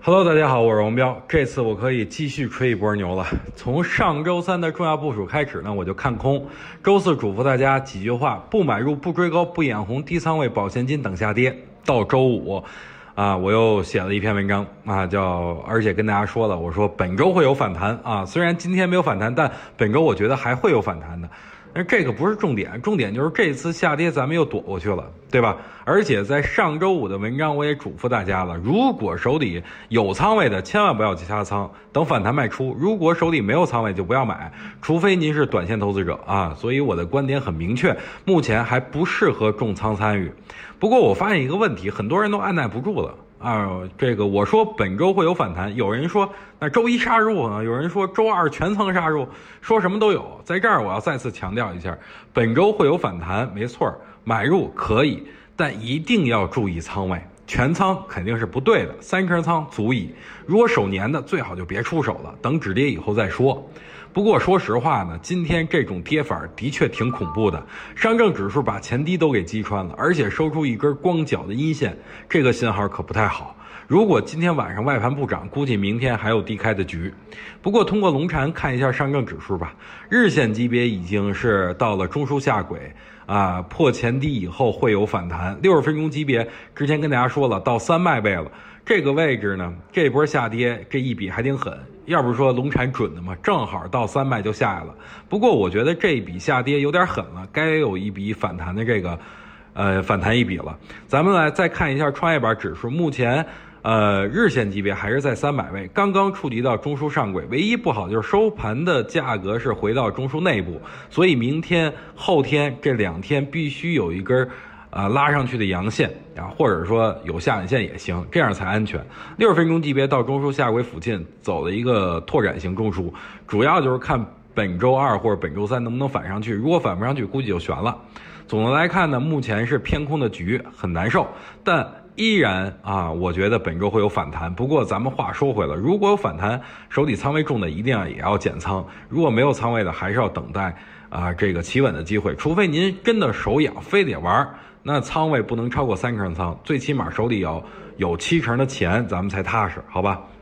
Hello， 大家好，我是王彪。这次我可以继续吹一波牛了。从上周三的重要部署开始呢，我就看空。周四嘱咐大家几句话：不买入、不追高、不眼红低仓位、保现金等下跌。到周五，我又写了一篇文章而且跟大家说了，我说本周会有反弹啊。虽然今天没有反弹，但本周我觉得还会有反弹的。但这个不是重点，重点就是这次下跌咱们又躲过去了，对吧？而且在上周五的文章我也嘱咐大家了，如果手里有仓位的千万不要加仓，等反弹卖出；如果手里没有仓位就不要买，除非您是短线投资者啊。所以我的观点很明确，目前还不适合重仓参与。不过我发现一个问题，很多人都按耐不住了。我说本周会有反弹，有人说那周一杀入呢，有人说周二全仓杀入，说什么都有。在这儿我要再次强调一下，本周会有反弹，没错，买入可以，但一定要注意仓位，全仓肯定是不对的，3成仓足矣。如果手年的最好就别出手了，等止跌以后再说。不过说实话呢，今天这种跌法的确挺恐怖的，上证指数把前低都给击穿了，而且收出一根光脚的阴线，这个信号可不太好。如果今天晚上外盘不涨，估计明天还有低开的局。不过通过龙禅看一下上证指数吧，日线级别已经是到了中枢下轨破前低以后会有反弹。60分钟级别之前跟大家说了，到3脉位了，这个位置呢，这波下跌这一笔还挺狠，要不是说龙禅准的嘛，正好到3脉就下来了。不过我觉得这一笔下跌有点狠了，该有一笔反弹的反弹一笔了。咱们来再看一下创业板指数，目前日线级别还是在300位，刚刚触及到中枢上轨，唯一不好就是收盘的价格是回到中枢内部，所以明天后天这2天必须有一根拉上去的阳线或者说有下影线也行，这样才安全。60分钟级别到中枢下轨附近走了一个拓展型中枢，主要就是看本周二或者本周三能不能反上去，如果反不上去估计就悬了。总的来看呢，目前是偏空的局，很难受，但依然我觉得本周会有反弹。不过咱们话说回来，如果有反弹，手底仓位重的一定也要减仓，如果没有仓位的还是要等待这个企稳的机会，除非您真的手痒非得玩，那仓位不能超过3成仓，最起码手里有7成的钱，咱们才踏实，好吧？